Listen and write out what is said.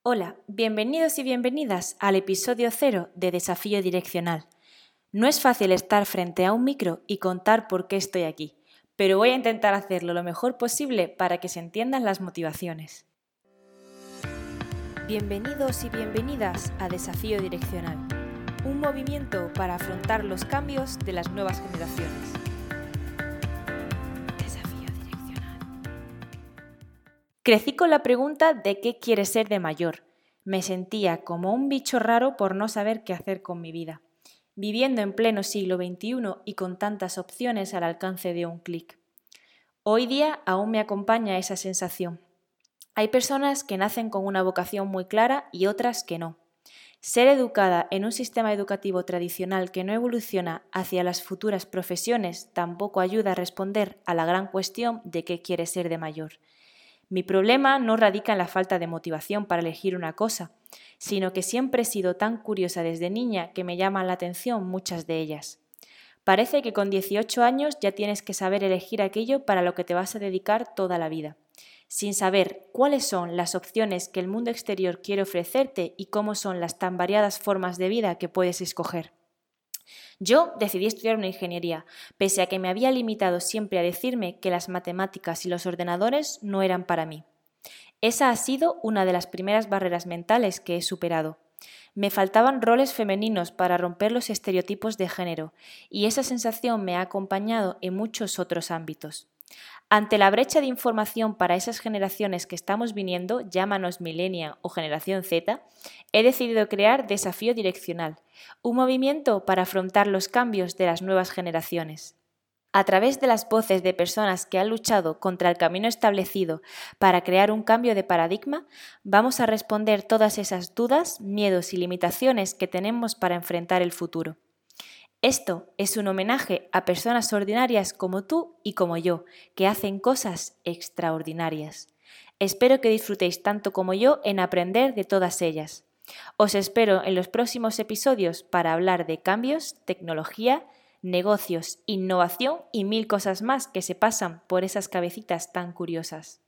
Hola, bienvenidos y bienvenidas al episodio 0 de Desafío Direccional. No es fácil estar frente a un micro y contar por qué estoy aquí, pero voy a intentar hacerlo lo mejor posible para que se entiendan las motivaciones. Bienvenidos y bienvenidas a Desafío Direccional, un movimiento para afrontar los cambios de las nuevas generaciones. Desafío Direccional. Crecí con la pregunta de qué quieres ser de mayor. Me sentía como un bicho raro por no saber qué hacer con mi vida, viviendo en pleno siglo XXI y con tantas opciones al alcance de un clic. Hoy día aún me acompaña esa sensación. Hay personas que nacen con una vocación muy clara y otras que no. Ser educada en un sistema educativo tradicional que no evoluciona hacia las futuras profesiones tampoco ayuda a responder a la gran cuestión de qué quieres ser de mayor. Mi problema no radica en la falta de motivación para elegir una cosa, sino que siempre he sido tan curiosa desde niña que me llaman la atención muchas de ellas. Parece que con 18 años ya tienes que saber elegir aquello para lo que te vas a dedicar toda la vida, sin saber cuáles son las opciones que el mundo exterior quiere ofrecerte y cómo son las tan variadas formas de vida que puedes escoger. Yo decidí estudiar una ingeniería, pese a que me había limitado siempre a decirme que las matemáticas y los ordenadores no eran para mí. Esa ha sido una de las primeras barreras mentales que he superado. Me faltaban roles femeninos para romper los estereotipos de género, y esa sensación me ha acompañado en muchos otros ámbitos. Ante la brecha de información para esas generaciones que estamos viniendo, llámanos Millennial o Generación Z, he decidido crear Desafío Direccional, un movimiento para afrontar los cambios de las nuevas generaciones. A través de las voces de personas que han luchado contra el camino establecido para crear un cambio de paradigma, vamos a responder todas esas dudas, miedos y limitaciones que tenemos para enfrentar el futuro. Esto es un homenaje a personas ordinarias como tú y como yo, que hacen cosas extraordinarias. Espero que disfrutéis tanto como yo en aprender de todas ellas. Os espero en los próximos episodios para hablar de cambios, tecnología, negocios, innovación y 1000 cosas más que se pasan por esas cabecitas tan curiosas.